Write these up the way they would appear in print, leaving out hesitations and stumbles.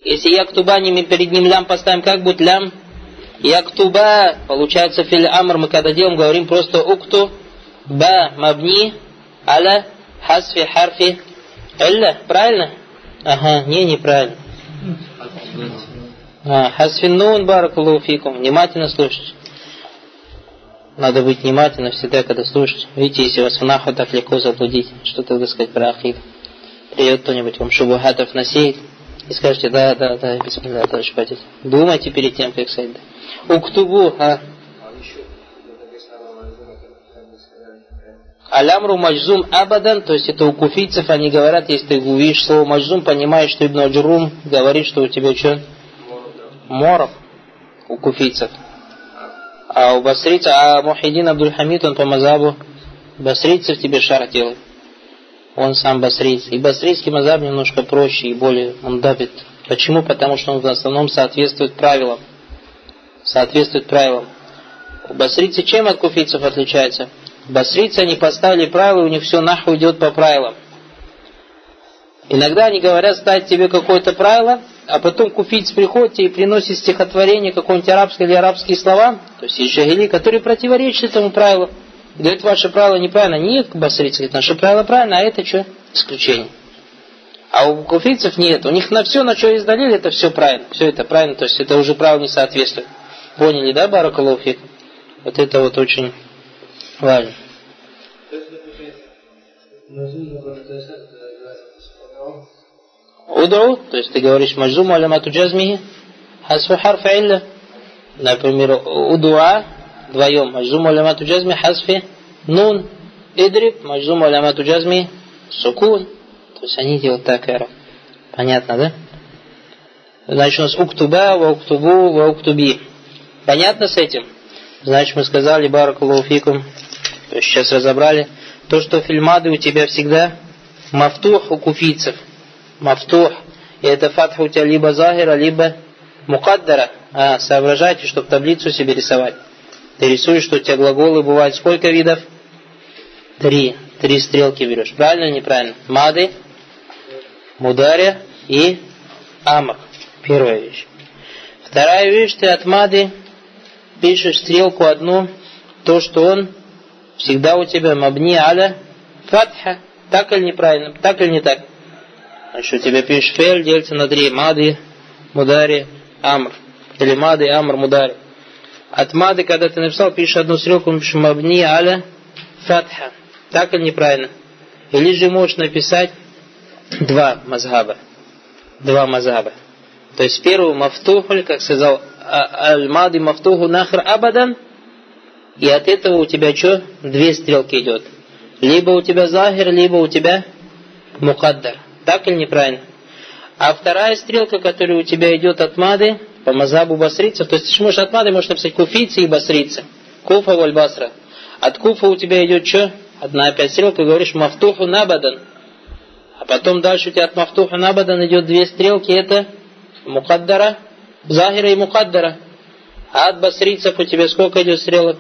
Если яктуба перед ним лям поставим, как будет лям? Яктуба, получается фил амр, мы когда делаем, говорим просто укту ба мабни аля хасфи харфи илля. Правильно? Ага, неправильно. Хасфин нун баракаллаху фикум. Внимательно слушать. Надо быть внимательным всегда, когда слушать. Видите, если вас в наху так легко заблудить, что-то высказать про ахид. Придет кто-нибудь вам шубухатов насеет и скажете, да, бисмилля, товарищ Патит. Думайте перед тем, как сказать. Уктубу, Алямру маджзум абадан, то есть это у куфийцев, они говорят, если ты увидишь слово маджзум, понимаешь, что Ибн Аджурум говорит, что у тебя что? Моров у куфийцев. А у басрийцев, Мухиддин Абдуль-Хамид, он по мазабу басрийцев тебе шар делает. Он сам басрийц. И басрийский мазаб немножко проще и более он давит. Почему? Потому что он в основном соответствует правилам. У басрийцев чем от куфийцев отличается? Басрийцы, они поставили правила, у них все нахуй идет по правилам. Иногда они говорят ставить тебе какое-то правило, а потом куфийцы приходят и приносят стихотворение, какое-нибудь арабское или арабские слова, то есть есть джагили, которые противоречат этому правилу. Говорят, ваше правило неправильно. Нет, басрийцы говорят, наше правило правильно, а это что? Исключение. А у куфийцев нет. У них на все, на что издалили, это все правильно. Все это правильно, то есть это уже правило не соответствует. Поняли, да, баракаллаху фик? Вот это вот очень важно. Удру, то есть ты говоришь маджзуму алямату джазмихи хасфу харф илля. Например, удуа вдвоем маджзуму алямату джазми хасфи нун идриб маджзуму алямату джазми сукун. То есть они делают так, понятно, да? Значит, у нас уктуба, ва уктубу, ва уктуби. Понятно с этим? Значит, мы сказали баракаллаху фикум, то есть сейчас разобрали, то, что фильмады у тебя всегда мафтух у куфийцев. Мафтух. И это фатха у тебя либо захира, либо мукаддара. Соображайте, чтобы таблицу себе рисовать. Ты рисуешь, что у тебя глаголы бывают сколько видов? 3. 3 стрелки берешь. Правильно или неправильно? Мады, мудари и амр. Первая вещь. Вторая вещь, ты от мады пишешь стрелку одну, то, что он всегда у тебя мабни аля фатха. Так или неправильно? Так или не так? Значит, у тебя пишешь фель, делится на 3. Мады, мудари, амр. Или мады, амр, мудари. От мады, когда ты написал, пишешь одну стрелку, пишешь мабни аля фатха. Так или неправильно? Или же можешь написать 2 мазхаба. 2 мазхаба. То есть первый мафтухуль, как сказал, аль-мады мафтуху нахр абадан. И от этого у тебя что? 2 стрелки идет. Либо у тебя захир, либо у тебя мукаддар. Так или неправильно? А вторая стрелка, которая у тебя идет от мады, по мазабу басрийцев, то есть ты можешь от мады можешь написать куфийцы и басрийцы. Куфа валь басра. От куфа у тебя идет что? Одна опять стрелка, говоришь мафтуху набадан. А потом дальше у тебя от мафтуху набадан идет 2 стрелки, это мукаддара, захира и мукаддара. А от басрийцев у тебя сколько идет стрелок?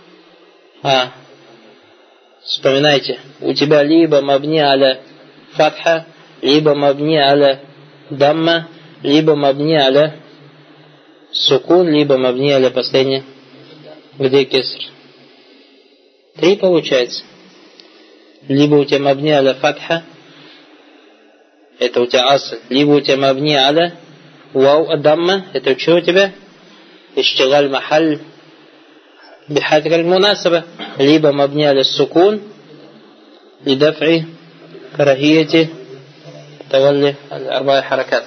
Вспоминайте, у тебя либо мабни аля фатха, либо мабни аля дамма, либо мабни аля сукун, либо мабни аля последнее, где кеср. 3 получается. Либо у тебя мабни аля фатха, это у тебя асл, либо у тебя мабни аля вау дамма, это что у тебя? Иштигаль махаль бихатик аль-мунасаба, либо мабни аля сукун лидафи карахияти тавалли аль-арбаи харакат.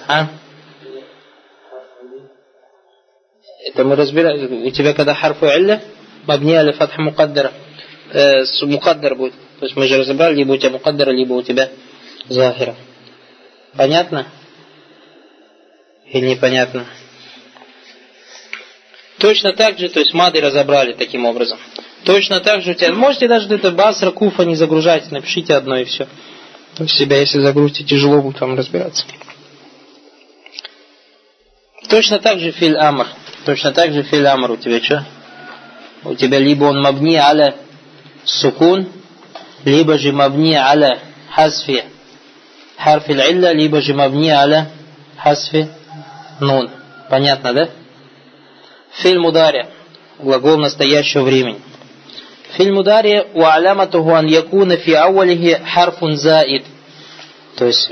Это мы разбираем. У тебя когда харфу илля, мабни аля фатха мукаддара, мукаддар будет. То есть мы же разобрали, либо у тебя мукаддара, либо у тебя захира. Понятно? Или непонятно? Точно так же, то есть мады разобрали таким образом. Точно так же у тебя, можете даже где-то басра, куфа не загружать, напишите одно и все. В себя, если загрузите, тяжело будет вам разбираться. Точно так же филь амр. Точно так же филь амр у тебя что? У тебя либо он мабни аля сукун, либо же мабни аля хасфи харфи илля, либо же мабни аля хасфи нун. Понятно, да? Филь мудари. Глагол настоящего времени. Филь мудари ва аляматуху ан якуна фи ауалихи харфун заид. То есть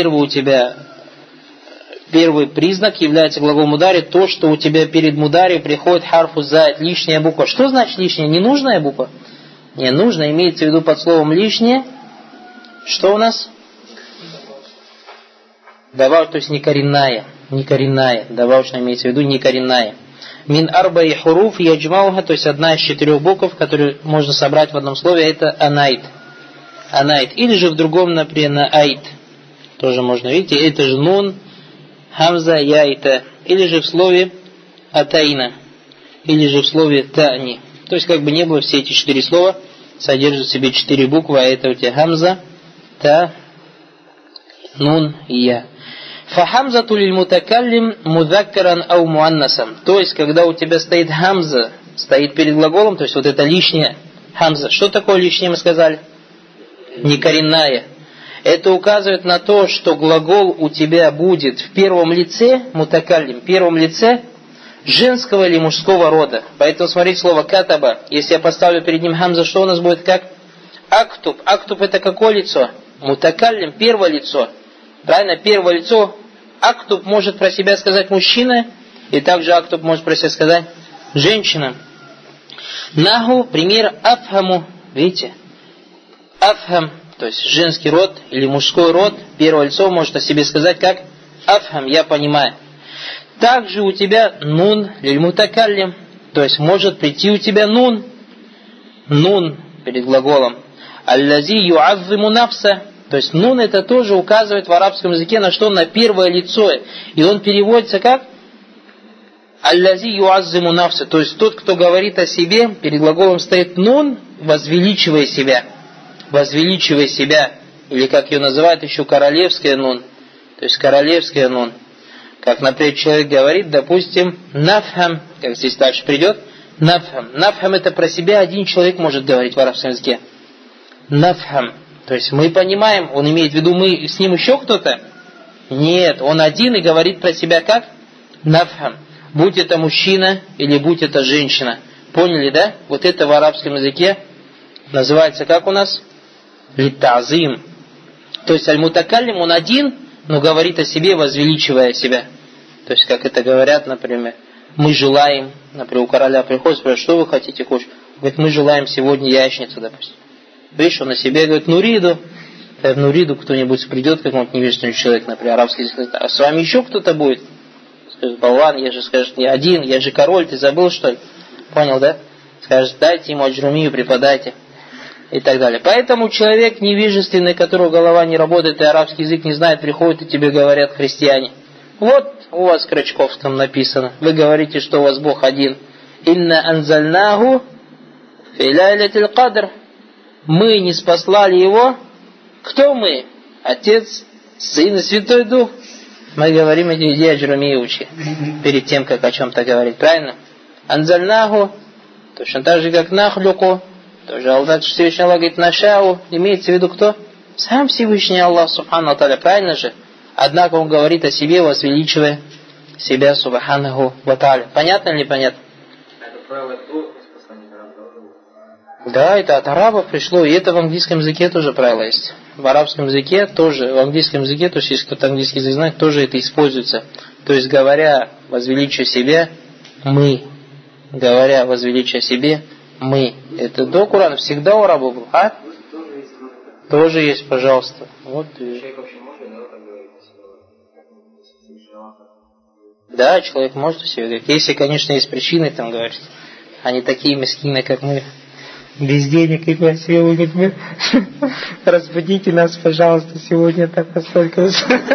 первый признак является глагол мудари, то, что у тебя перед мудари приходит харфу заид, лишняя буква. Что значит лишняя? Ненужная буква? Не нужно, имеется в виду под словом лишнее. Что у нас? Добавочная, то есть некоренная. Добавочная имеется в виду некоренная. Мин арбаи хуруф яджмауха, то есть одна из 4 букв, которые можно собрать в одном слове, это анайт. Анайт. Или же в другом, например, на айт. Тоже можно, видите, это же нун, хамза, яйта. Или же в слове атаина. Или же в слове та'ни. То есть, как бы не было, все эти 4 слова содержат в себе 4 буквы, а это у тебя хамза, та, нун и я. Фахамзату лиль мутакаллим мудаккаран ау муаннасам. То есть, когда у тебя стоит хамза, стоит перед глаголом, то есть вот это лишнее хамза. Что такое лишнее, мы сказали? Некоренная. Это указывает на то, что глагол у тебя будет в первом лице, мутакаллим, в первом лице женского или мужского рода. Поэтому смотрите слово катаба. Если я поставлю перед ним хамза, что у нас будет как? Актуб. Актуб это какое лицо? Мутакаллим, первое лицо. Правильно, первое лицо. Актуб может про себя сказать мужчина, и также актуб может про себя сказать женщина. Наху, пример, афхаму. Видите? Афхам, то есть женский род или мужской род, первое лицо может о себе сказать как афхам, я понимаю. Также у тебя нун, лиль мутакаллим, то есть может прийти у тебя нун перед глаголом. Аллази юаззиму нафса. То есть нун это тоже указывает в арабском языке на что? На первое лицо. И он переводится как? Аллази юаззиму нафса. То есть тот, кто говорит о себе, перед глаголом стоит нун, возвеличивая себя. Возвеличивая себя. Или как ее называют еще королевская нун. То есть королевская нун. Как, например, человек говорит, допустим, нафхам, как здесь дальше придет, нафхам. Нафхам это про себя один человек может говорить в арабском языке. Нафхам. То есть мы понимаем, он имеет в виду, мы с ним еще кто-то? Нет, он один и говорит про себя как? Нафхам. Будь это мужчина или будь это женщина. Поняли, да? Вот это в арабском языке называется как у нас? Литтазим. То есть аль-мутакаллим, он один, но говорит о себе, возвеличивая себя. То есть, как это говорят, например, мы желаем, например, у короля приходит, спрашивает, что вы хотите кушать? Говорит, мы желаем сегодня яичницу, допустим. Видишь, он на себе говорит, нуриду. В нуриду кто-нибудь придет, какой-нибудь невежественный человек, например, арабский язык, говорит, а с вами еще кто-то будет? Скажет, болван, я же, скажет, не один, я же король, ты забыл, что ли? Понял, да? Скажет, дайте ему аджрумию, преподайте. И так далее. Поэтому человек невежественный, которого голова не работает и арабский язык не знает, приходит и тебе говорят христиане. Вот у вас в Крачковском написано. Вы говорите, что у вас Бог один. Инна анзальнаху фи лайлятил кадр. Мы не спаслали его. Кто мы? Отец, Сын и Святой Дух. Мы говорим эти идеи аджрумии учи. Перед тем, как о чем-то говорить. Правильно? Анзальнаху. Точно так же, как нахлюку. Тоже Аллах, Всевышний Аллах говорит, нашау, имеется в виду кто? Сам Всевышний Аллах, субхану аталя, правильно же? Однако он говорит о себе, возвеличивая себя, субханаху ваталя. Понятно или непонятно? Это правило до спасания арабов? Да, это от арабов пришло, и это в английском языке тоже правило есть. В арабском языке тоже, в английском языке, то есть если кто-то английский язык знает, тоже это используется. То есть говоря, возвеличивая себя, мы. Говоря, возвеличивая себе, мы. Это до Корана всегда у арабов был. А? Тоже есть, пожалуйста. Вот. Человек вообще может так говорить о себе? Да, человек может о себе говорить. Если, конечно, есть причины там говорить. Они такие мискины, как мы. Без денег и красивые, как мы. Разбудите нас, пожалуйста, сегодня так настолько.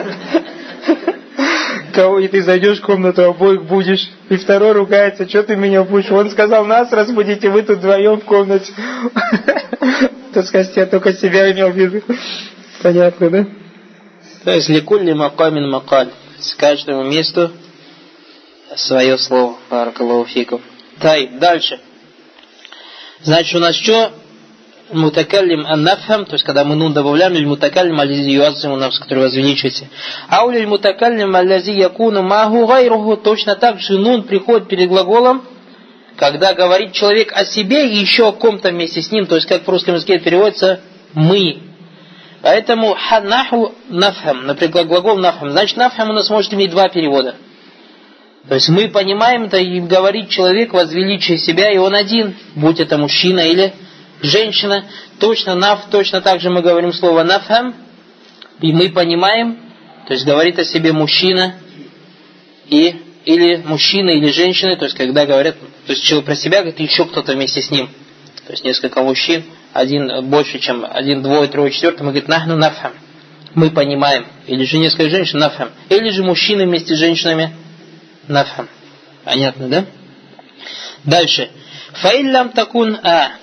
И ты зайдешь в комнату, обоих будешь, и второй ругается, что ты меня будешь? Он сказал, нас разбудите, вы тут вдвоем в комнате. То скажете, я только себя имел в виду. Понятно, да? То есть, ликулли макамин макаль. С каждому месту свое слово. Баракаллаху фикум. Тай, дальше. Значит, у нас что? мутакаллим ан-нафхам, то есть когда мы нун добавляем, или мутакаллим аллази юаззиму нафс, который возвеличивается. Аули мутакаллим аллази якуну маху гайруху, точно так же нун приходит перед глаголом, когда говорит человек о себе и еще о ком-то вместе с ним, то есть как в русском языке переводится «мы». Поэтому наху нафхам, например, глагол нафхам. Значит, нафхам у нас может иметь два перевода. То есть мы понимаем это, и говорит человек, возвеличивая себя, и он один, будь это мужчина или женщина. Точно так же мы говорим слово нафхам, и мы понимаем, то есть говорит о себе мужчина, или мужчина, или женщина, то есть когда говорят, то есть человек про себя, говорит еще кто-то вместе с ним. То есть несколько мужчин, один больше, чем один, двое, трое, четвертый, мы говорим нахну нафхам. Мы понимаем. Или же несколько женщин нафхам. Или же мужчины вместе с женщинами нафхам. Понятно, да? Дальше. Фаиллям такун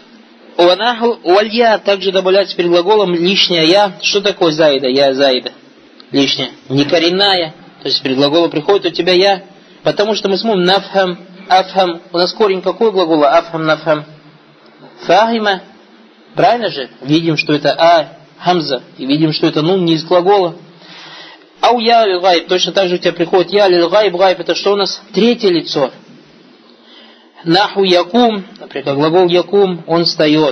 валья также добавляется перед глаголом лишняя я. Что такое заида? Я заида. Лишняя. Не коренная. То есть перед глаголом приходит у тебя я. Потому что мы смотрим нафхам, афхам. У нас корень какой глагола? Афхам, нафхам. Фахима. Правильно же? Видим, что это хамза. И видим, что это нун не из глагола. Ау я лил гайб. Точно так же у тебя приходит я лил гайб. Гайб это что у нас? Третье лицо. Наху якум. Например, глагол якум, он встает.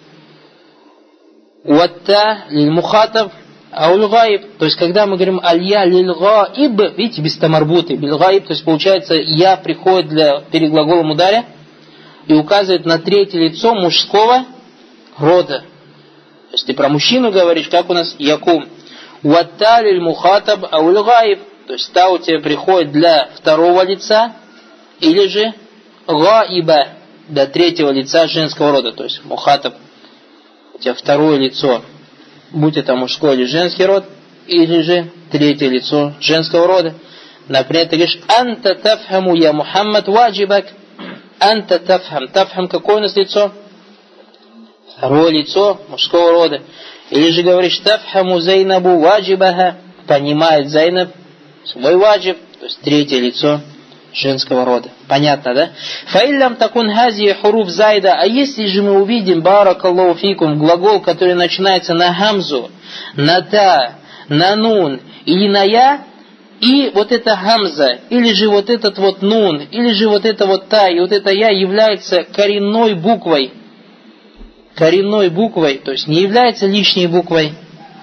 Уатта лил мухатаб. Ау лил гайб. То есть, когда мы говорим аль-я лил гайб, видите, без тамарбуты. Бил гайб, то есть, получается, я приходит перед глаголом ударя и указывает на третье лицо мужского рода. То есть, ты про мужчину говоришь, как у нас якум. Уатта лил мухатаб ау лил гайб. То есть, та у тебя приходит для второго лица или же гаиба до третьего лица женского рода. То есть мухатаб у тебя второе лицо, будь это мужской или женский род, или же третье лицо женского рода. Например, ты говоришь анта тафхаму я Мухаммад ваджибак. Анта тафхам. Тафхам какое у нас лицо? Второе лицо мужского рода. Или же говоришь тафхаму Зайнабу ваджибаха. Понимает Зайнаб свой ваджиб. То есть третье лицо женского рода. Понятно, да? Фаиллям такун хази хуруф зайда. А если же мы увидим баракаллаху фикум глагол, который начинается на хамзу, на та, на нун или на я, и вот эта хамза, или же вот этот вот нун, или же вот это вот та, и вот это я является коренной буквой. Коренной буквой, то есть не является лишней буквой.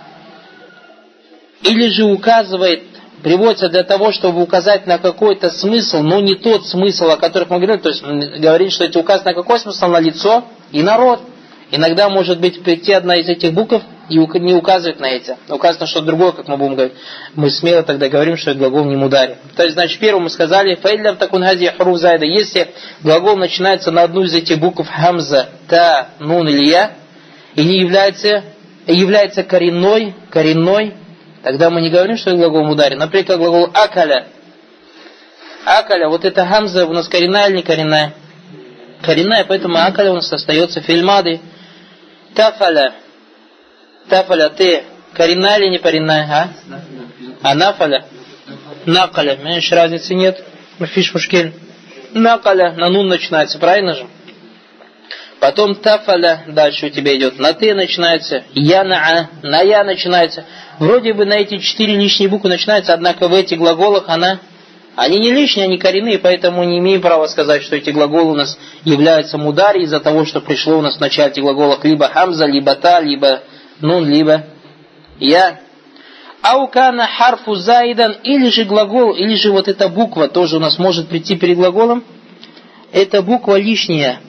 Или же указывает, приводится для того, чтобы указать на какой-то смысл, но не тот смысл, о котором мы говорили. То есть говорит, что это указано на какой смысл? На лицо и на род. Иногда может быть прийти одна из этих букв и не указывает на эти. Указано что-то другое, как мы будем говорить. Мы смело тогда говорим, что это глагол не мудари. То есть, значит, первым мы сказали, фаиллям такун хази хуруф зайда. Если глагол начинается на одну из этих букв хамза, та, нун или я, и не является коренной, тогда мы не говорим, что это глагол мудари. Например, глагол акаля. Акаля, вот это хамза у нас коренная или не коренная? Коренная, поэтому акаля у нас остается фильмады. Тафаля. Тафаля, ты коренная или не коренная? А нафаля? Накаля. Меньше разницы нет. Мафиш мушкель. Накаля, на нун начинается, правильно же? Потом тафаля, дальше у тебя идет. На ты начинается. Я на я начинается. Вроде бы на эти 4 лишние буквы начинается, однако в этих глаголах они не лишние, они коренные, поэтому не имеем права сказать, что эти глаголы у нас являются мудари из-за того, что пришло у нас в начале этих глаголов либо хамза, либо та, либо нун, либо я. Аукана харфу заидан, или же глагол, или же вот эта буква тоже у нас может прийти перед глаголом. Эта буква лишняя.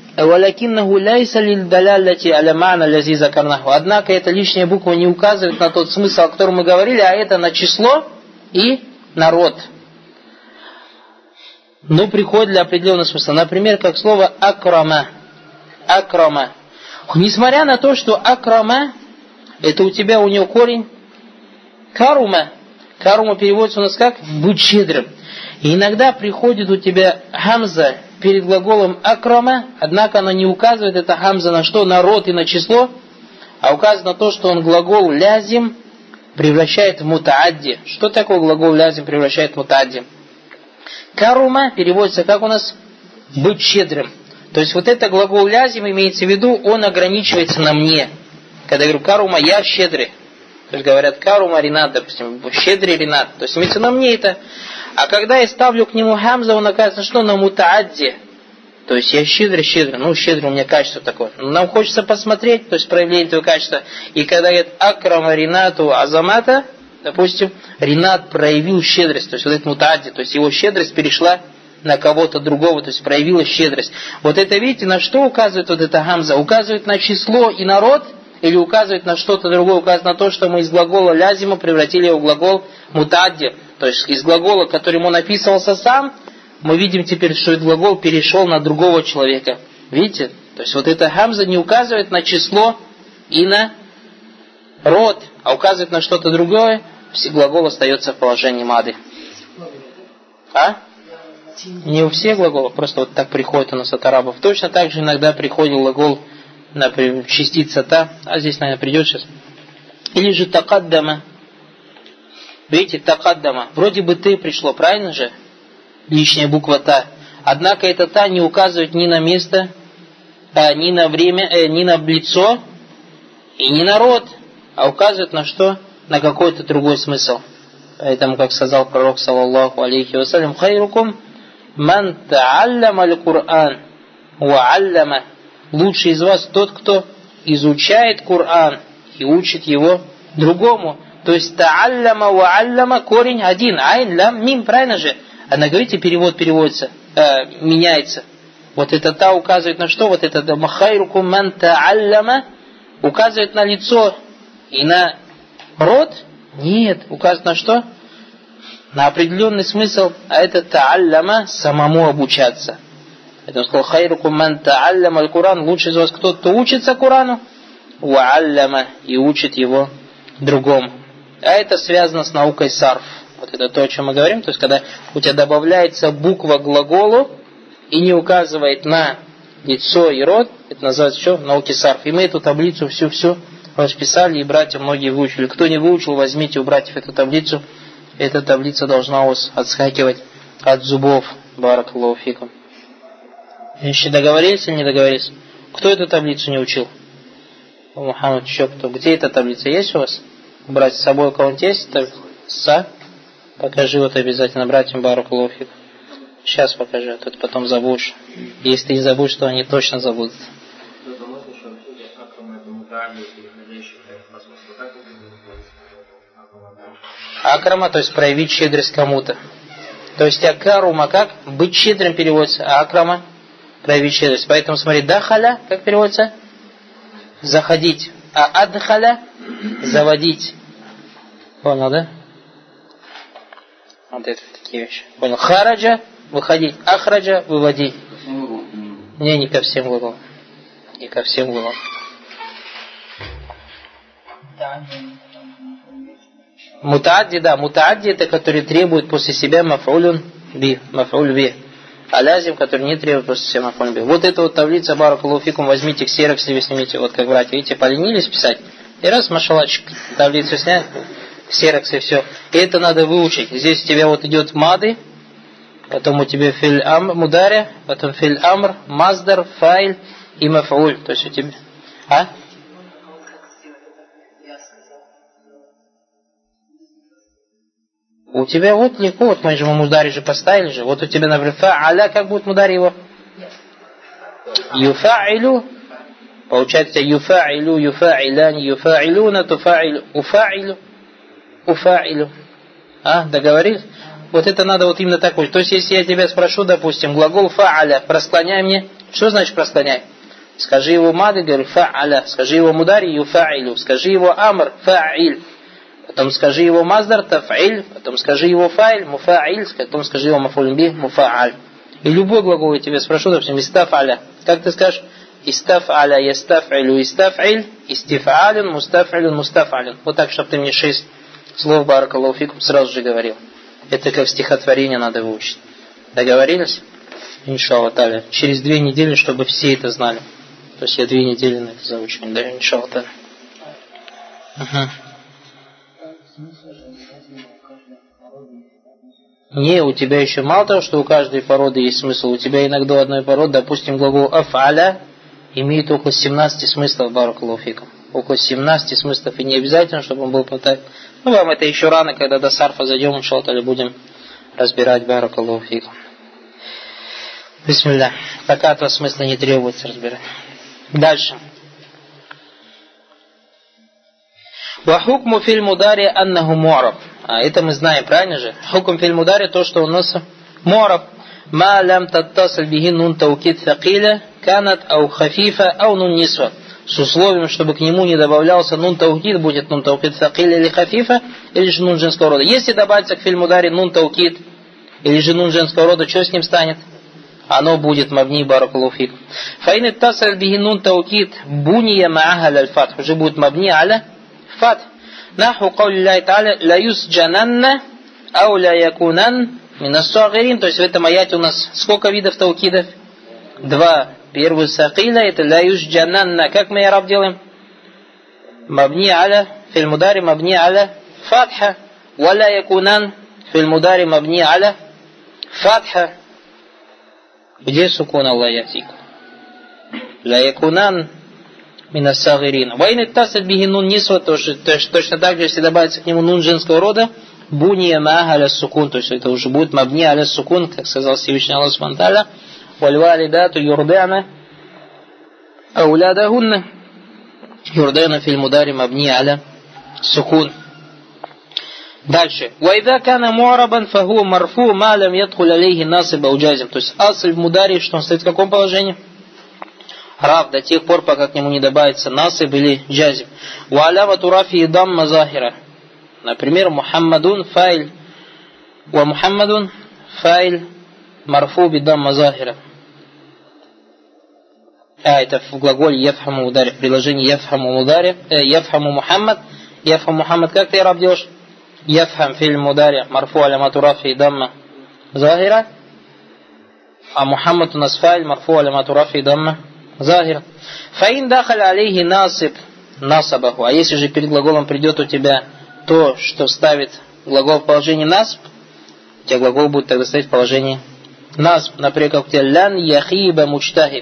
Однако эта лишняя буква не указывает на тот смысл, о котором мы говорили, а это на число и на род. Но приходит для определенного смысла. Например, как слово акрама. Акрама. Несмотря на то, что акрама, это у тебя у него корень карума. Карума переводится у нас как? Будь щедрым. И иногда приходит у тебя хамза перед глаголом акрама, однако она не указывает это хамза на что? На род и на число, а указывает на то, что он глагол лязим превращает в мутаадди. Что такое глагол лязим превращает в мутаадди? Карума переводится как у нас? Быть щедрым. То есть вот это глагол лязим имеется в виду, он ограничивается на мне. Когда я говорю карума, я щедрый. То есть говорят карума ринат, допустим, щедрый ринат. То есть имеется на мне это. А когда я ставлю к нему хамза, он оказывается что? На мутаадди. То есть я щедрый. Ну, щедрый у меня качество такое. Но нам хочется посмотреть, то есть проявление этого качества. И когда говорит акрама ринату азамата, допустим, ринат проявил щедрость. То есть вот это мутаадди. То есть его щедрость перешла на кого-то другого, то есть проявила щедрость. Вот это, видите, на что указывает вот эта хамза? Указывает на число и народ, или указывает на что-то другое? Указывает на то, что мы из глагола лязима превратили его в глагол мутадди. То есть из глагола, которым он описывался сам, мы видим теперь, что этот глагол перешел на другого человека. Видите? То есть вот эта хамза не указывает на число и на род, а указывает на что-то другое, глагол остается в положении мады. Не у всех глаголов, просто вот так приходит у нас от арабов. Точно так же иногда приходит глагол, например, частица та, а здесь, наверное, придет сейчас. Или же такаддама. Видите, такаддама. Вроде бы ты пришло, правильно же? Лишняя буква та. Однако эта та не указывает ни на место, ни на время, ни на лицо и ни на род, а указывает на что? На какой-то другой смысл. Поэтому, как сказал пророк, саллаллаху алейхи вассалям, хайрукум ман таалляма аль-Кур'ан ва алляма. Лучший из вас тот, кто изучает Кур'ан и учит его другому. То есть таалляма ва алляма корень один. Айн, лям, мим, правильно же? А на говорите, перевод переводится, меняется. Вот это та указывает на что? Вот это хайрукум ман таалляма указывает на лицо и на род? Нет, указывает на что? На определенный смысл, а это таалляма, самому обучаться. Это он сказал, хайрукум ман таалляма аль-Кур'ан, лучший из вас кто учится Курану, ва алляма, и учит его другому. А это связано с наукой сарф. Вот это то, о чем мы говорим. То есть, когда у тебя добавляется буква к глаголу и не указывает на лицо и род, это называется что? Науки сарф. И мы эту таблицу всю расписали, и братья многие выучили. Кто не выучил, возьмите у братьев эту таблицу. Эта таблица должна у вас отскакивать от зубов. Баракаллаху фикум. Еще договорились или не договорились? Кто эту таблицу не учил? Мухаммад, еще кто? Где эта таблица? Есть у вас? Брать с собой у кого-нибудь есть? Покажи вот обязательно братьям Баракаллаху фикум. Сейчас покажи, а то ты потом забудешь. Если ты не забудешь, то они точно забудут. Акрама, то есть проявить щедрость кому-то. То есть акарума как? Быть щедрым переводится, а акрама проявить щедрость. Поэтому смотри, дахаля, как переводится? Заходить. А адхаля заводить. Понял, да? Вот это такие вещи. Понял. Хараджа выходить. Ахраджа выводить. Не ко всем глаголам. Не ко всем глаголам. Мутаадди, да, мутаадди это который требует после себя маф'улюн би, маф'уль би. А лязим, который не требует после себя маф'уль би. Вот эта вот таблица, баракаллаху фикум, возьмите ксерокс себе снимите, вот как братья, видите, поленились писать. И раз, машалачик, таблицу снять, ксерокс и все. И это надо выучить. Здесь у тебя вот идет мады, потом у тебя филь амр, мударя, потом филь амр, маздар, файль и маф'уль. То есть у тебя... У тебя вот легко, вот мы же мудари же поставили же. Вот у тебя, например, фа'аля, как будет мудари его? Юфа'илю. Получается юфа'илю, юфа'иляни, юфа'илюна, туфа'илю, уфа'илю, уфа'илю. Договорились? Вот это надо вот именно такой. То есть, если я тебя спрошу, допустим, глагол фа'аля, просклоняй мне. Что значит просклоняй? Скажи его мады, говорю, фа'аля. Скажи его мудари, юфа'илю. Скажи его амр, фа'иль. Потом скажи его маздар, таф'иль, потом скажи его файль, муфа'иль, потом скажи его маф'уль би, муфа'аль. И любой глагол я тебя спрошу, допустим, истаф'аля. Как ты скажешь? Истаф'аля, ястаф'илю, истаф'иль, истиф'алюн, мустаф'илюн, мустаф'алюн. Вот так, чтобы ты мне 6 слов, баракаллаху фикум, сразу же говорил. Это как стихотворение надо выучить. Договорились? Иншаллах та'аля. Через 2 недели, чтобы все это знали. То есть я 2 недели на это заучиваю. Да, иншаллах та'аля. Не, у тебя еще мало того, что у каждой породы есть смысл, у тебя иногда у одной породы, допустим, глагол аф'аля имеет около 17 смыслов, баракаллаху фикум. Около 17 смыслов, и не обязательно, чтобы он был так. Ну, вам это еще рано, когда до сарфа зайдем, иншаллах, будем разбирать, баракаллаху фикум. Бисмилля. Пока этого смысла не требуется разбирать. Дальше. Вахукму филь мудари аннаху му'раб. Это мы знаем, правильно же? Хукм филь мудари, то, что у нас му'раб. Ма лям таттасаль бихи нун таукид факиля канат ау хафифа ау нун нисва. С условием, чтобы к нему не добавлялся нун таукид, будет нун таукид факиля или хафифа, или же нун женского рода. Если добавится к филь мудари нун таукид, или же нун женского рода, что с ним станет? Оно будет мабни баракаллаху фик. Фаин иттасаль бихи нун таукид буния ма'аха лаль фатх. Уже будет мабни аля фатх. Наху каули Аллахи та'аля ла юсджананна ау ла якунан минас-сагирин. То есть в этом аяте у нас сколько видов таукидов? 2. Первый сакиля это ла юсджананна. Как мы яраб делаем? Мабни аля филь мудари мабни аля фатха. Ва ла якунан филь мудари мабни аля фатха. Где сукун Аллах ятик? Ла якунан минас-сагирин. Вайн иттасаль бихи нун нисва, точно так же, если добавится к нему нун женского рода, буния ма'аха аля сукун, то есть это уже будет мабни аля сукун, как сказал Всевышний Аллах субхану ва тааля, валь валидату юрди'на аулядахунна. Юрди'на филь мудари мабни аля сукун. Дальше. Вайда кана му'рабан фаху марфу ма лам ядхуль алейхи насиб ау джазим. То есть асль в мудари, что он стоит в каком положении? Рав, до тех пор, пока к нему не добавится насиб или джазим. Ва алямату рафи дамма захира. Например, Мухаммадун файль. Ва Мухаммадун файль марфу би дамма захира. Это в глаголе яфхаму мудари. В приложении яфхаму мудари. Яфхаму Мухаммад. Яфхаму Мухаммад. Как ты, раб, делаешь? Яфхам филь мудари марфу алямату рафи дамма захира. А Мухаммад у нас файль марфу алямату рафи дамма захира. Фаин дахаль алейхи насиб насабаху. А если же перед глаголом придет у тебя то, что ставит глагол в положении насб, у тебя глагол будет тогда стоять в положении насб. Например, как у тебя лян яхиба мучтахид.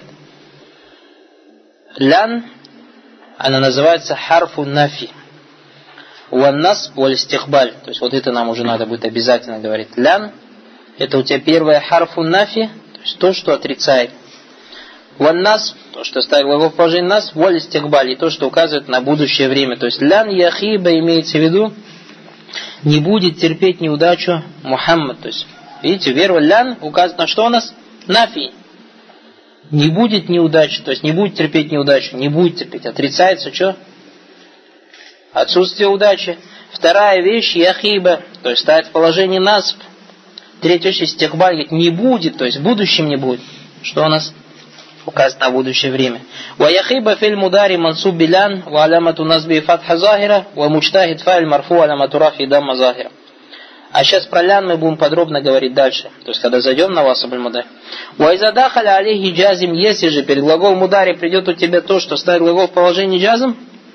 Лян, она называется харфу нафи. Уаннасб валь истихбаль. То есть вот это нам уже надо будет обязательно говорить. Лян, это у тебя первое харфу нафи, то есть то, что отрицает. Ваннасб, то, что ставит глагол в положении нас, валь истихбаль, и то, что указывает на будущее время. То есть лян яхиба имеется в виду, не будет терпеть неудачу Мухаммад. То есть, видите, веру лян указывает на что у нас? Нафи. Не будет неудачи, то есть не будет терпеть неудачу, не будет терпеть. Отрицается что? Отсутствие удачи. Вторая вещь яхиба, то есть ставит в положении насб. Третья вещь истихбаль, говорит, не будет, то есть в будущем не будет. Что у нас? Указано на будущее время. Ва яхиба филь мудари мансуб билян, ва алямату назби фатха захира, ва мучтахид файль марфу алямату рафи дамма захира. А сейчас про лян мы будем подробно говорить дальше. То есть, когда зайдем на вас, абуль-мудари. Ва изадахаля алейхи джазим, если же перед глаголом мудари придет у тебя то, что ставит глагол в положении джазм,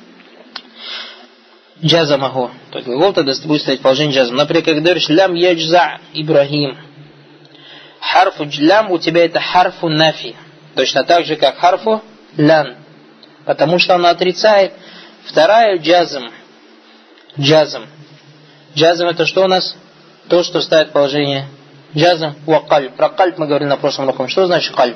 джазамаху. То есть, глагол тогда будет стоять в положении джазм. Например, когда говоришь лям яджза Ибрахим. Харфу лям у тебя это харфу нафи. Точно так же, как харфу лян. Потому что она отрицает. Вторая джазм. Джазм. Джазм это что у нас? То, что ставит в положение джазм ва кальб. Про кальб мы говорили на прошлом уроке. Что значит кальб?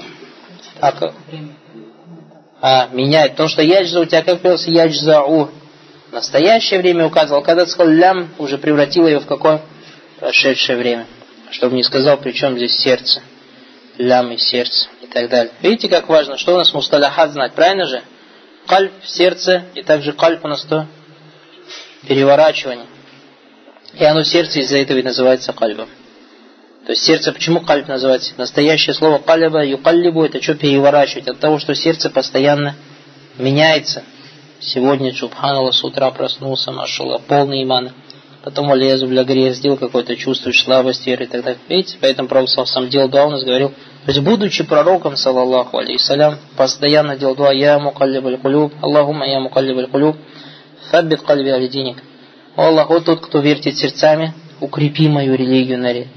Меняет. Потому что яджза у тебя как появился яджзау. Настоящее время указывал. Когда ты сказал лям, уже превратил ее в какое? Прошедшее время. Чтобы не сказал, при чем здесь сердце. Лям и сердце. И так далее. Видите, как важно, что у нас мусталахат знать, правильно же? Кальб, сердце, и также кальб у нас то переворачивание. И оно сердце из-за этого и называется кальбом. То есть сердце, почему кальб называется? Настоящее слово кальба, юкаллибу, это что переворачивать? От того, что сердце постоянно меняется. Сегодня, субханаллах, с утра проснулся, машаллах, полный имана. Потом алиязу бля грех сделал какое-то, чувствуешь слабость веры и так далее. Видите, поэтому Пророк сам делал дуа, у нас говорил. То есть, будучи пророком, саллаллаху алейхиссалям, постоянно делал дуа, я мукаллибаль кулюб, Аллахумма я мукаллибаль кулюб, фаббит кальби али диник. О Аллах, вот тот, кто вертит сердцами, укрепи мою религию на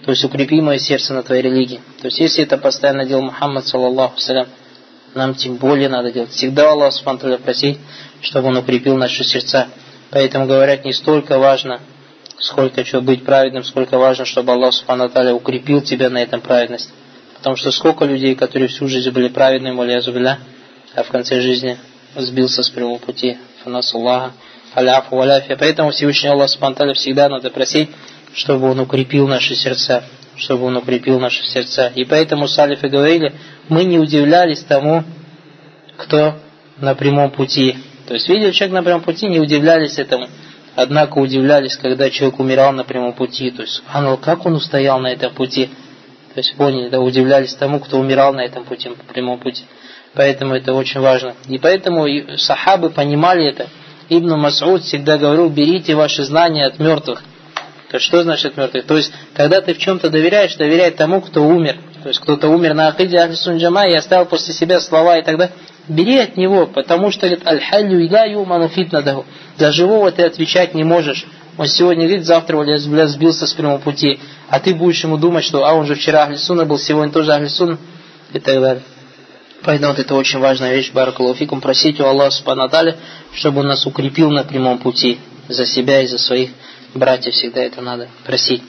То есть укрепи мое сердце на твоей религии. То есть если это постоянно делал Мухаммад, саллаллаху салям, нам тем более надо делать. Всегда Аллах субхану ва тааля просить, чтобы Он укрепил наши сердца. Поэтому говорят, не столько важно, сколько чего быть праведным, сколько важно, чтобы Аллах субхану ва тааля укрепил тебя на этом праведности. Потому что сколько людей, которые всю жизнь были праведными, валиязу билля, а в конце жизни сбился с прямого пути. Фанасуллаха, аляфу валяфия. Поэтому Всевышний Аллах субхану ва тааля всегда надо просить, чтобы Он укрепил наши сердца. Чтобы Он укрепил наши сердца. И поэтому салифы говорили, мы не удивлялись тому, кто на прямом пути. То есть видели человек на прямом пути, не удивлялись этому. Однако удивлялись, когда человек умирал на прямом пути. То есть, как он устоял на этом пути. То есть поняли, да, удивлялись тому, кто умирал на этом пути, по прямом пути. Поэтому это очень важно. И поэтому сахабы понимали это. Ибн Мас'уд всегда говорил, берите ваши знания от мертвых. То есть что значит мертвых? То есть, когда ты в чем-то доверяешь, доверяй тому, кто умер. То есть кто-то умер на акиде ахли сунна джамаа и оставил после себя слова и так далее. Бери от него, потому что, говорит, аль-халю иля юману фитнадаху. За живого ты отвечать не можешь. Он сегодня говорит, завтра сбился с прямого пути. А ты будешь ему думать, что он же вчера ахли сунна был, сегодня тоже ахли сунна и так далее. Поэтому это очень важная вещь, баракаллаху фикум, просить у Аллаха субхану ва тааля, чтобы Он нас укрепил на прямом пути. За себя и за своих братьев всегда это надо просить.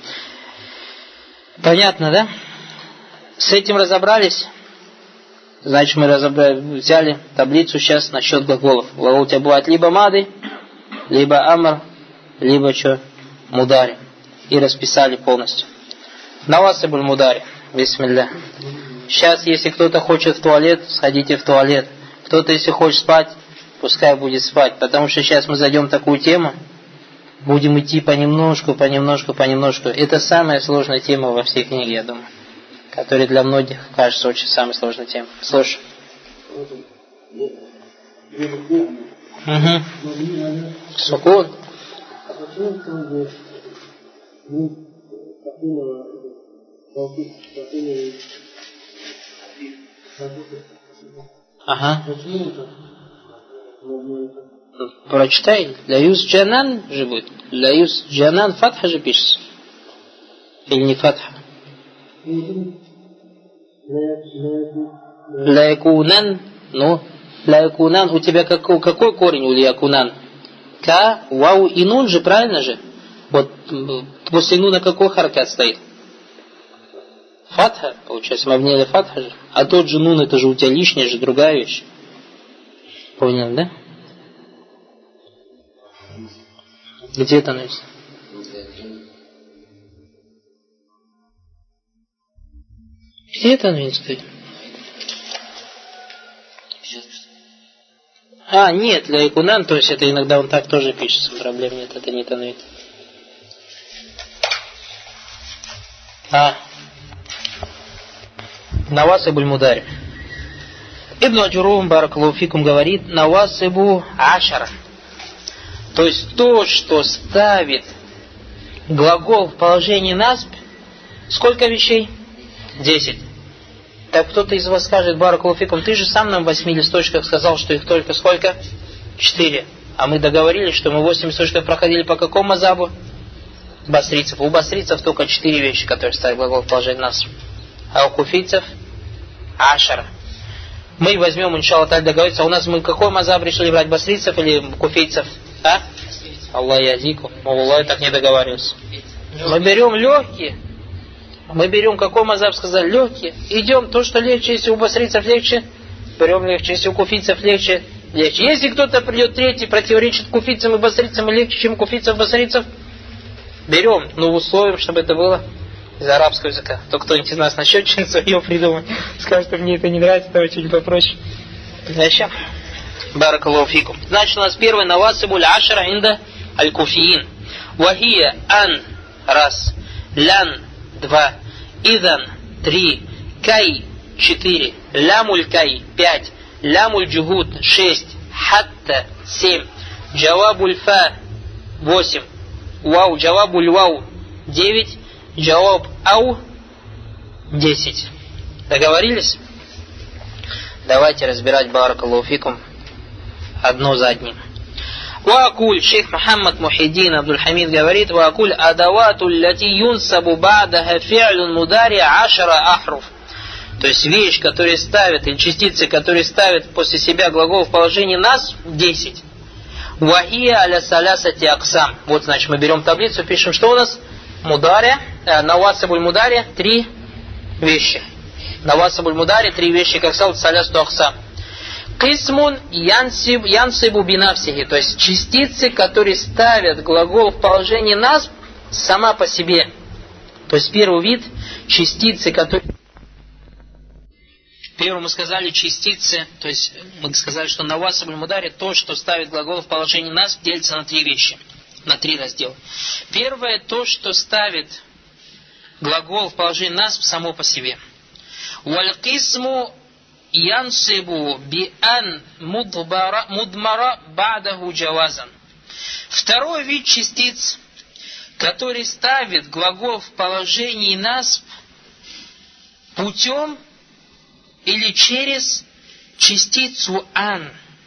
Понятно, да? С этим разобрались. Значит, мы взяли таблицу сейчас насчет глаголов. Глагол у тебя бывает либо мады, либо амр, либо что? Мудари. И расписали полностью. Навасибуль мудари. Бисмилля. Сейчас, если кто-то хочет в туалет, сходите в туалет. Кто-то, если хочет спать, пускай будет спать. Потому что сейчас мы зайдем в такую тему, будем идти понемножку. Это самая сложная тема во всей книге, я думаю. Которая для многих кажется очень самой сложной темой. Слушай. Сукун. Ага. Прочитай. Ляюс джанан же будет. Ляюс джанан фатха же пишется. Или не фатха? Лаякунан. Ну, лаякунан. У тебя какой корень у лаякунан? Ка, вау и нун же, правильно же? Вот после нуна какой харакат стоит? Фатха, получается, мабния фатха же. А тот же нун, это же у тебя лишняя же, другая вещь. Понял, да? Где это написано? Где это написано? Нет, для икунан, то есть это иногда он так тоже пишется, проблем нет, это не танвин. Навасибуль мудари. Ибн Аджурум баракаллаху фикум говорит, навасибу ашара. То есть то, что ставит глагол в положении насб, сколько вещей? 10. Так кто-то из вас скажет, баракаллаху фикум, ты же сам нам в 8 листочках сказал, что их только сколько? 4. А мы договорились, что мы 8 листочков проходили по какому мазабу? Басрицев. У басрицев только 4 вещи, которые ставят глагол в положении насб. А у куфийцев ашара. Мы возьмем, иншаллах, так договориться. А у нас мы какой мазаб решили брать, басрицев или куфийцев? Аллах язику. Аллах так не договаривался. Мы берем легкие. Мы берем, какой мазаб сказали, легкие. Идем, то, что легче, если у басрицев легче, берем легче, если у куфийцев легче. Если кто-то придет третий, противоречит куфийцам и басрицам и легче, чем куфийцев и басрицев, берем, но в условиях, чтобы это было из арабского языка. То кто-нибудь из нас насчет что-нибудь свое придумает, скажет, что мне это не нравится, давай чуть попроще. Зачем? Баракаллаху фикум. Значит, у нас первый навасибуль ашара инда аль-куфиин. Вахия ан раз, лян 2, идан 3, кай 4, лямуль кай 5, лямуль джугуд 6, хатта 7, джавабуль фа 8, вау, джавабуль вау 9, джаваб ау 10. Договорились? Давайте разбирать баракаллаху фикум одно за одним. Ваакуль, шейх Мухаммад Мухиддин Абдуль-Хамид говорит, ваакуль адавату лати юнсабу ба'даха фи'люн мудари ашара ахруф. То есть вещь, которая ставит, или частицы, которые ставят после себя глагол в положении нас, 10. Вахия аля салясати аксам. Вот, значит, мы берем таблицу, пишем, что у нас? Мудари, навасабуль мудари, 3 вещи. Навасабуль мудари, 3 вещи, как сказал, салясту аксам. Кисмун янсибу бинавсихи, то есть частицы, которые ставят глагол в положении нас сама по себе. То есть первый вид частицы, которые... Первым мы сказали частицы, то есть мы сказали, что навасабуль мудари, то, что ставит глагол в положении нас, делится на 3 вещи, на 3 раздела. Первое, то, что ставит глагол в положении нас само по себе. Валь-кисму янсибу биан мудмара ба'даху джавазан. Второй вид частиц, который ставит глагол в положении насб путем или через частицу ан.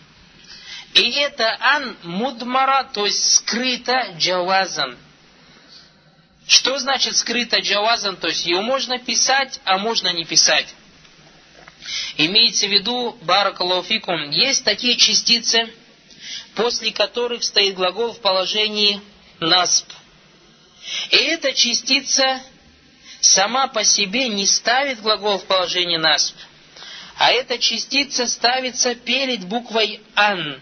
И это ан мудмара, то есть скрыто джавазан. Что значит скрыто джавазан? То есть ее можно писать, а можно не писать. Имеется в виду, баракаллаху фикум, есть такие частицы, после которых стоит глагол в положении насб. И эта частица сама по себе не ставит глагол в положении насб, а эта частица ставится перед буквой ан.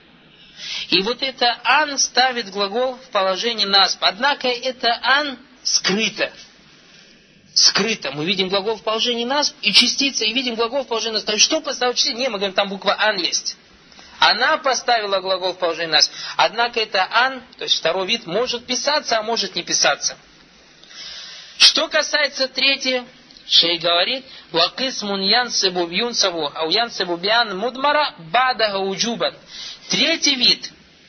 И вот это ан ставит глагол в положении насб. Однако это ан скрыто. Скрыто. Мы видим глагол в положении насб и частица, и видим глагол в положении насб. Что поставил частица? Не, мы говорим, там буква ан есть. Она поставила глагол в положении насб. Однако это ан, то есть второй вид, может писаться, а может не писаться. Что касается третьего, шейх говорит, вакисмун янсибу бьюнсабу, ау янсибу биан мудмара бадага уджубан. Третий вид.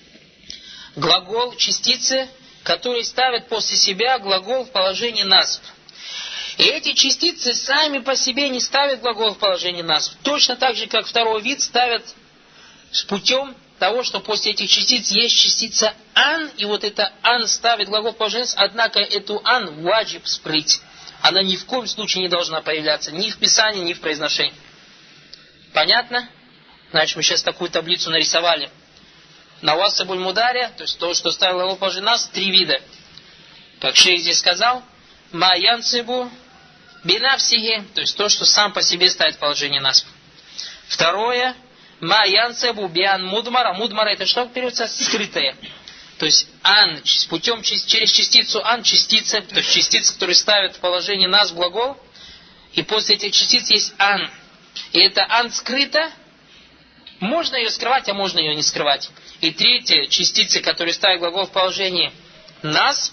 Глагол частицы, который ставит после себя глагол в положении насб. И эти частицы сами по себе не ставят глагол в положении насб. Точно так же, как второй вид ставят с путем того, что после этих частиц есть частица ан, и вот это ан ставит глагол в положении насб, однако эту ан ваджиб скрыть. Она ни в коем случае не должна появляться ни в писании, ни в произношении. Понятно? Значит, мы сейчас такую таблицу нарисовали. Навасабуль мударя, то есть то, что ставил глагол в положении насб, 3 вида. Как шейх здесь сказал, ма янсибу бинавсихи, то есть то, что сам по себе ставит положение насб. Второе, ма янсибу биан мудмара. Мудмара это что переводится? Скрытое. То есть ан, путем через частицу ан, частица, то есть частица, которая ставит в положение насб глагол, и после этих частиц есть ан. И это ан скрыто, можно ее скрывать, а можно ее не скрывать. И третья частица, которая ставит глагол в положении насб,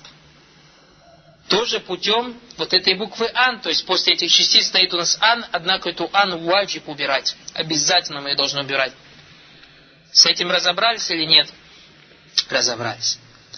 тоже путем вот этой буквы ан, то есть после этих частиц стоит у нас ан, однако эту ан ваджиб убирать. Обязательно мы ее должны убирать. С этим разобрались или нет? Разобрались.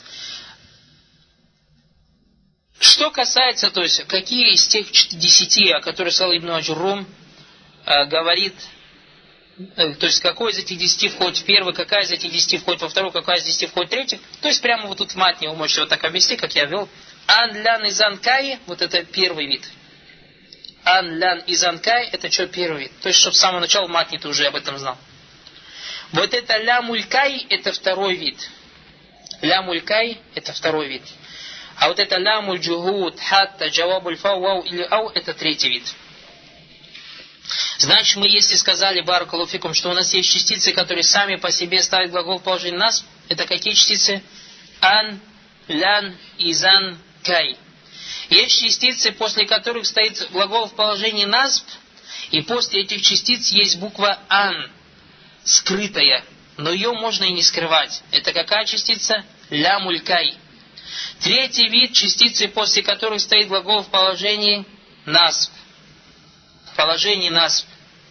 Что касается, то есть, какие из тех 10, о которых сказал Ибн Аджуррум, говорит, то есть, какой из этих 10 входит в первый, какая из этих 10 входит во второй, какая из 10 входит в третий, то есть, прямо вот тут в матне вы можете вот так объяснить, как я вел. Ан, лян и занкай, вот это первый вид. Ан, лян и занкай, это что первый вид? То есть, чтобы с самого начала в матне ты уже об этом знал. Вот это лямулькай, это второй вид. Лямулькай, это второй вид. А вот это лямуль джухуд, хатта, джавабуль фау, вау или ау, это третий вид. Значит, мы если сказали, баракаллаху фикум, что у нас есть частицы, которые сами по себе ставят глагол в положении насб, это какие частицы? Ан, лян и зан, кай. Есть частицы, после которых стоит глагол в положении насб, и после этих частиц есть буква ан, скрытая, но ее можно и не скрывать. Это какая частица? Лямуль кай. Третий вид частицы, после которых стоит глагол в положении насб. В положении насб.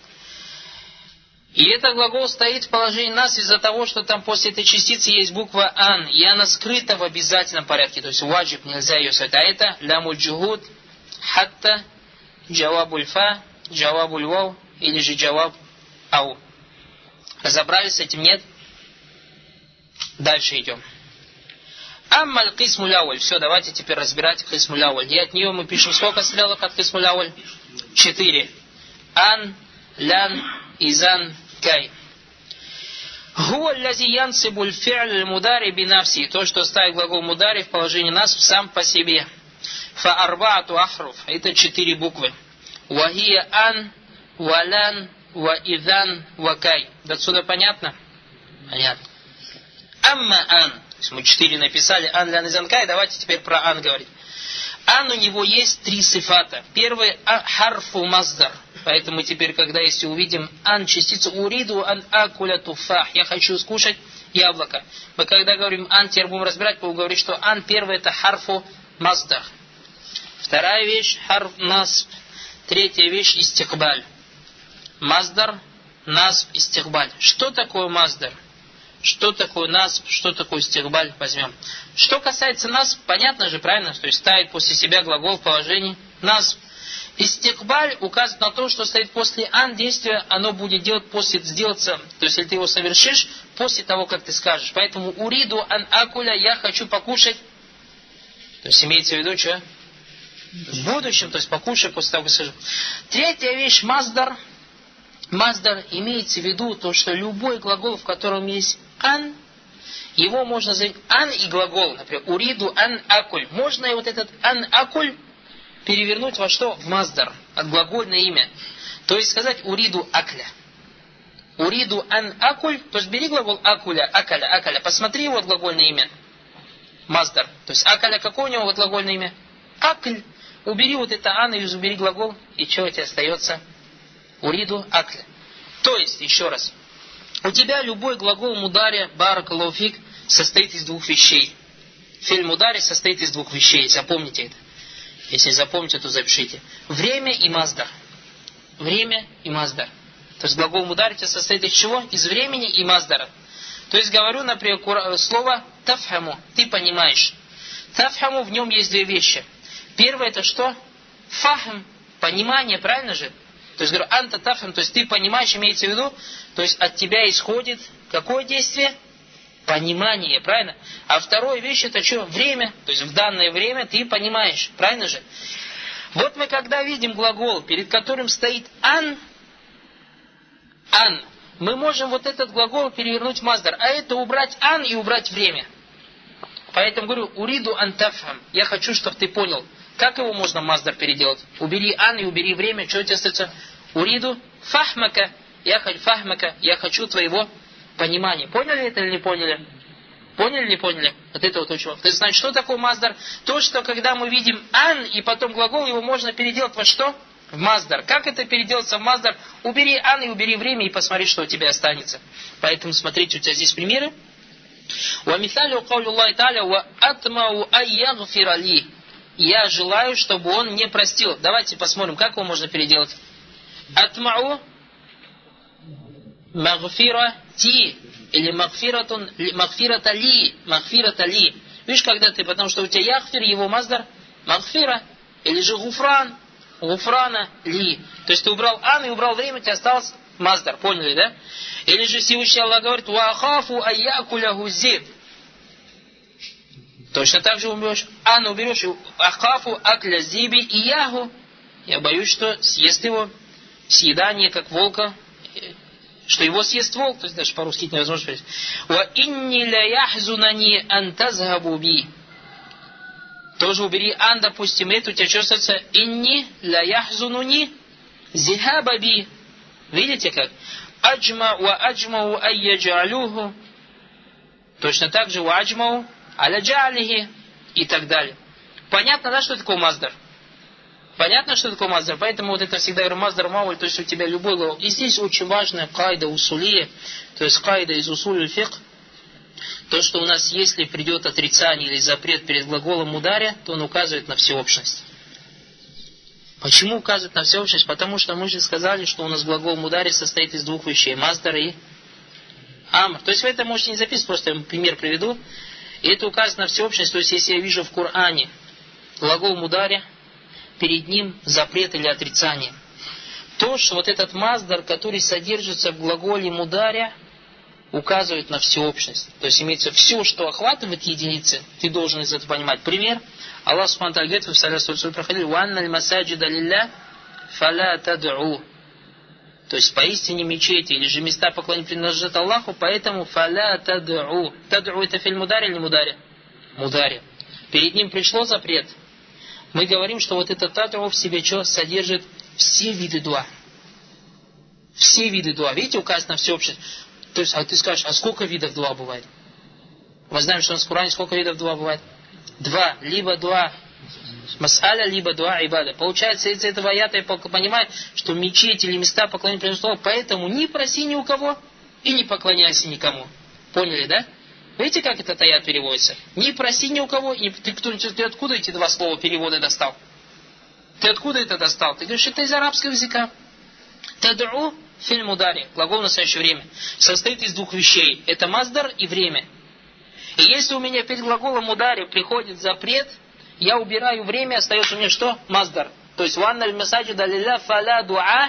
И этот глагол стоит в положении насб из-за того, что там после этой частицы есть буква ан, и она скрыта в обязательном порядке, то есть ваджиб, нельзя ее сказать. А это лямуль джухуд, хатта, джавабуль фа, джавабуль вау, или же джаваб ау. Разобрались с этим, нет? Дальше идем. Аммаль кисмуль ауль. Все, давайте теперь разбирать кисмуль ауль. И от нее мы пишем сколько стрелок от кисмуль ауль? 4. Ан, лян, изан, кай. Хуа лязи янсибуль фи'ль мудари бинавси. То, что ставит глагол мудари в положении насб сам по себе. Фа арбаату ахруф. Это 4 буквы. Вахия ан, валян, ва идан, ва кай. До отсюда понятно? Понятно. Амма ан. То есть мы 4 написали. Ан, лян, изан, кай. Давайте теперь про ан говорить. Ан у него есть 3 сифата. Первый харфу маздар. Поэтому теперь, когда если увидим ан, частицу уриду ан акуля туфах, я хочу скушать яблоко. Мы когда говорим ан, теперь будем разбирать, будем говорить, что ан первый это харфу маздар. Вторая вещь харф насб. Третья вещь истикбаль. Маздар, насб, истикбаль. Что такое маздар? Что такое насб? Что такое истикбаль? Возьмем. Что касается насб, понятно же, правильно? То есть ставить после себя глагол в положении насб. Истикбаль указывает на то, что стоит после ан действия, оно будет делать после сделаться, то есть если ты его совершишь, после того, как ты скажешь. Поэтому уриду ан акуля, я хочу покушать. То есть имеется в виду, что? В будущем, то есть покушай после того, как скажу. Третья вещь, маздар. Маздар имеется в виду то, что любой глагол, в котором есть ан, его можно заменить ан и глагол, например, уриду ан акуль. Можно и вот этот ан акуль перевернуть во что? В маздар, от глагольное имя. То есть сказать уриду акля. Уриду ан акуль, то есть бери глагол акуля, акаля, акаля, посмотри его глагольное имя. Маздар. То есть акаля, какое у него глагольное имя? Акль. Убери вот это ан и убери глагол, и что у тебя остается? Уриду акля. То есть, еще раз, у тебя любой глагол мудари, баракаллаху фик, состоит из 2 вещей. Фильм мудари состоит из 2 вещей, запомните это. Если запомните, то запишите. Время и маздар. Время и маздар. То есть глагол мудари состоит из чего? Из времени и маздара. То есть говорю, например, слово тафхаму. Ты понимаешь. Тафхаму, в нем есть 2 вещи. Первое это что? Фахм. Понимание, правильно же? То есть говорю, анта тафхам, то есть ты понимаешь, имеется в виду, то есть от тебя исходит какое действие? Понимание, правильно? А вторая вещь это что? Время. То есть в данное время ты понимаешь. Правильно же? Вот мы когда видим глагол, перед которым стоит ан, мы можем вот этот глагол перевернуть в маздар. А это убрать ан и убрать время. Поэтому говорю, уриду ан тафхам. Я хочу, чтобы ты понял. Как его можно в маздар переделать? Убери ан и убери время. Что у тебя остается? Уриду фахмака. Я хочу твоего понимание. Поняли это или не поняли? Поняли или не поняли? Вот это вот очень важно. То есть, значит, что такое маздар? То, что когда мы видим ан и потом глагол, его можно переделать во что? В маздар. Как это переделаться в маздар? Убери ан и убери время и посмотри, что у тебя останется. Поэтому смотрите, у тебя здесь примеры. وَمِثَالُ قَوْلُ اللَّهِ تَعَالَى وَأَتْمَعُ أَيَّغْفِرَ لِي. Я желаю, чтобы он мне простил. Давайте посмотрим, как его можно переделать. Атмау магфирати или магфирата ли. Видишь, когда ты, потому что у тебя яхфир, его маздар магфира, или же гуфрана ли. То есть ты убрал ан и убрал время, у тебя осталось маздар. Поняли, да? Или же Всевышний Аллах говорит вахафу айякуля гузиб. Точно так же уберешь ан, уберешь ахафу акля зиби и ягу. Я боюсь, что съест его съедание, как волка, что его съест волк, то есть даже по-русски это невозможно сказать. Ва инни ля яхзунани ан тазхабу би. Тоже убери ан, допустим, это у тебя что остается? Инни ля яхзунуни зихаба би. Видите как? Аджма ва аджмау айяджалюху. Точно так же ва аджмау аля джалихи и так далее. Понятно, да, что такое маздар? Понятно, что такое маздар? Поэтому вот это всегда говорю маздар мауль, то есть у тебя любой глагол. И здесь очень важная кайда усулия, то есть кайда из усуль фикх. То, что у нас, если придет отрицание или запрет перед глаголом мударя, то он указывает на всеобщность. Почему указывает на всеобщность? Потому что мы же сказали, что у нас глагол мудари состоит из 2 вещей. Маздар и амр. То есть вы это можете не записывать, просто я пример приведу. И это указывает на всеобщность. То есть если я вижу в Коране глагол мудари, перед ним запрет или отрицание. То, что вот этот маздар, который содержится в глаголе мударя, указывает на всеобщность. То есть имеется все, что охватывает единицы, ты должен из этого понимать. Пример. Аллах Субхану ва Тааля говорит, вы в Салясу проходили, «Ванна аль-масаджида лилля фаля тад'у». То есть поистине мечети или же места поклонения принадлежат Аллаху, поэтому фаля тад'у. Тад'у это фильм мудари или мудари? Мудари. Перед ним пришло запрет. Мы говорим, что вот это тад'у в себе что содержит все виды дуа. Все виды дуа. Видите, указано на всеобщее. То есть, а ты скажешь, а сколько видов дуа бывает? Мы знаем, что у нас в Коране сколько видов дуа бывает? 2. Либо дуа мас'аля, либо дуа ибада. Получается, из этого аята я понимаю, что мечети или места поклонения принадлежат Аллаху, поэтому не проси ни у кого и не поклоняйся никому. Поняли, да? Видите, как этот аят переводится? Не проси ни у кого, и ты откуда эти 2 слова перевода достал? Ты откуда это достал? Ты говоришь, это из арабского языка. Тад'у фильм мудари, глагол в настоящее время, состоит из 2 вещей. Это маздар и время. И если у меня перед глаголом мудари приходит запрет, я убираю время, остается у меня что? Маздар. То есть ванна аль-масаджида лилля фаля дуа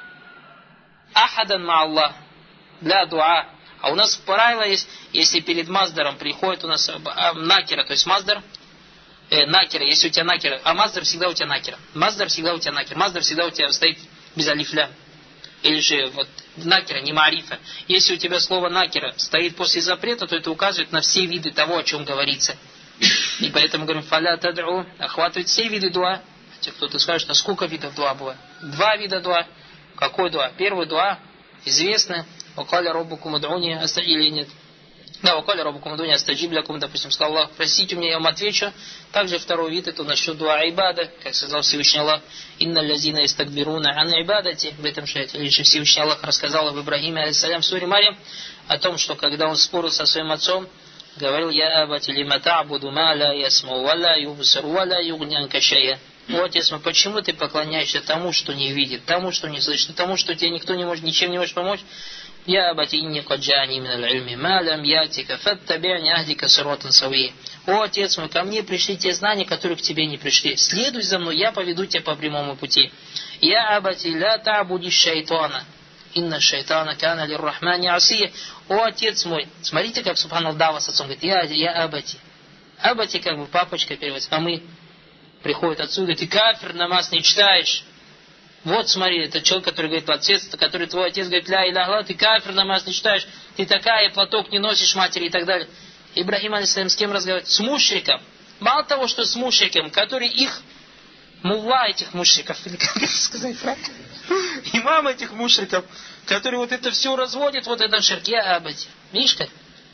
ахадан ма Аллах. Для дуа. А у нас правило есть, если перед маздаром приходит у нас накера, то есть маздар, накера, если у тебя накера, а маздар всегда у тебя накера. Маздар всегда у тебя накера. Маздар всегда у тебя стоит без алифля. Или же вот накера, не марифа. Если у тебя слово накера стоит после запрета, то это указывает на все виды того, о чем говорится. И поэтому говорим, фаля тад'у, охватывает все виды дуа. Хотя кто-то скажет, а сколько видов дуа бывает? 2 вида дуа. Какой дуа? Первый дуа, известно, вакаля роббукум уд'уни, или нет? Да, вакаля роббукум уд'уни, астаджиб лякум, допустим, сказал Аллах, просите у меня, я вам отвечу. Также второй вид, это насчет дуа ибада, как сказал Всевышний Аллах, инна лязина истакбируна ан ибадати, в этом шаяте, лишь Всевышний Аллах рассказал об Ибрахиме, алейхиссалям, в суре Марьям, о том, что когда он спорил со своим отцом, говорил, я абати лима та'буду ма ла ясму, ва ла юбсару, ва ла югни анка шайя. О, отец мой, почему ты поклоняешься тому, что не видит, тому, что не слышит, тому, что тебе никто не может, ничем не может помочь? Я абати инни каджани мин аль-ильми, ма лам ятика, фаттаби'ни ахдика сиротан савия. О, отец мой, ко мне пришли те знания, которые к тебе не пришли. Следуй за мной, я поведу тебя по прямому пути. Я абати ля та'буди шайтана. Инна шайтана кана лир-рахмани асия. О, отец мой, смотрите, как Субханаллах дава с отцом, говорит, я абати. Абати как бы папочка переводится, а мы приходит отсюда, ты кафир, намаз не читаешь. Вот смотри, это человек, который говорит, отец, который твой отец говорит, ля иля, ты кафир, намаз не читаешь, ты такая, платок не носишь матери и так далее. Ибрахим алейхиссалям с кем разговаривает? С мушриком. Мало того, что с мушриком, который их, мулла этих мушриков, или как это сказать, правильно? Имам этих мушриков, который вот это все разводит, вот этот ширк. Я абати. Видишь как?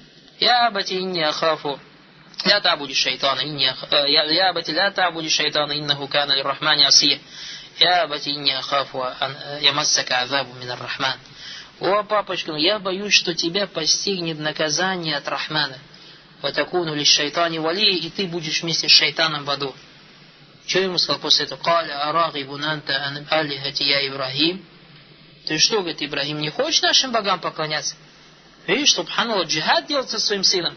Я абати инни ахафу. لا تعبد الشيطان إني يا أبت لا تعبد الشيطان إنه كان للرحمن عصيا يا أبت إني أخاف أن يمسك عذاب من الرحمن. О, папочка, я боюсь, что тебя постигнет наказание от Рахмана. وتكون للشيطان ولي, и ты будешь вместе с шайтаном в аду. Что ему сказал после этого? قال أراغب أنت عن آلهتي يا إبراهيم. Ты что, говорит, Ибрахим, не хочешь нашим богам поклоняться? Видишь, субханаллах, джихад делать со своим сыном.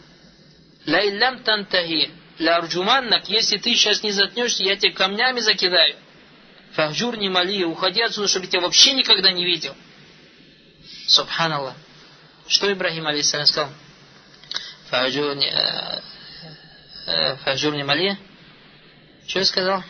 Лайлям тантахи, ля арджуманнак, если ты сейчас не заткнешься, я тебя камнями закидаю. Фахджур не мали, уходи отсюда, чтобы я тебя вообще никогда не видел. Субханаллах. Что Ибрахим алейхиссалям сказал? Фахджур не мали. Что я сказал?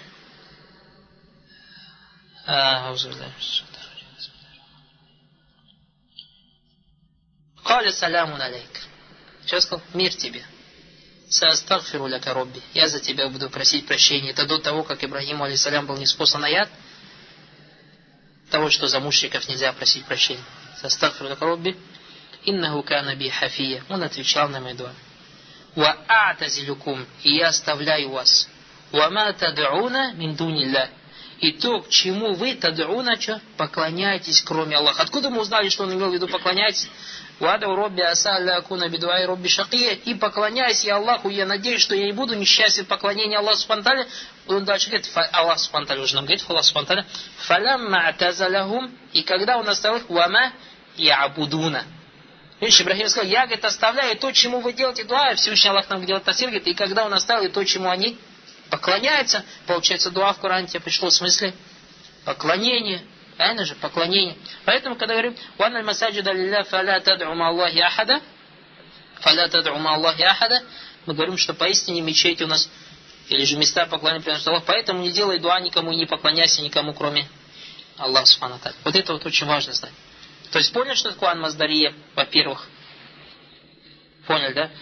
Каля салямун алейк. Что я сказал? Мир тебе. Саастагфиру ляка робби. Я за тебя буду просить прощения. Это до того, как Ибрахиму алейхиссалям был ниспослан аят того, что за мушриков нельзя просить прощения. Саастагфиру ляка робби. Иннаху кана би хафия. Он отвечал на мой дуа. Ва а'тазилюкум. И я оставляю вас. Ва ма тад'уна мин дунилля. И то, к чему вы тад'уна, что? Поклоняетесь, кроме Аллаха. Откуда мы узнали, что он имел в виду поклоняйтесь? Вадау робби асалля акуна бидуай робби шакия. И поклоняйся я Аллаху, я надеюсь, что я не буду несчастен в поклонении Аллаху субхану ва тааля. Он дальше говорит, Аллах субхану ва тааля уже нам говорит, Аллах субхану ва тааля, фалямма атазалахум, и когда он оставил их, вама яабудуна. Видишь, Ибрахим сказал, я, говорит, оставляю то, чему вы делаете дуа, Всевышний Аллах нам делает тафсир, говорит, и когда он оставил то, чему они поклоняются, получается, дуа в Коране тебе пришло в смысле поклонение. Правильно же? Поклонение. Поэтому, когда говорим, «Ванна аль-масаджида лилля фаля тад'у ма Аллахи ахада», «Фаля тад'у ма Аллахи ахада», мы говорим, что поистине мечети у нас, или же места поклонения приносят Аллах, поэтому не делай дуа никому и не поклоняйся никому, кроме Аллаха субхану ва тааля. Вот это вот очень важно знать. То есть понял, что такое ан-маздария, во-первых? Понял, да?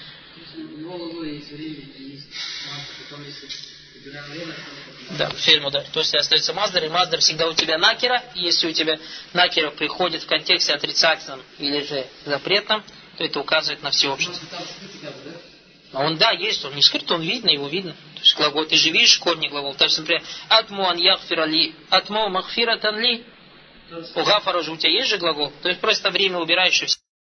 Да, фильм, да. То есть остается маздар, и маздар всегда у тебя накера, и если у тебя накера приходит в контексте отрицательном или же запретном, то это указывает на всеобщность. А он, да, есть, он не скрыт, он видно, его видно. То есть глагол, ты же видишь корни глагола. То есть, например, атму ан яхфира ли, атму махфиратан ли. У гафара же у тебя есть же глагол. То есть просто время убираешь и все.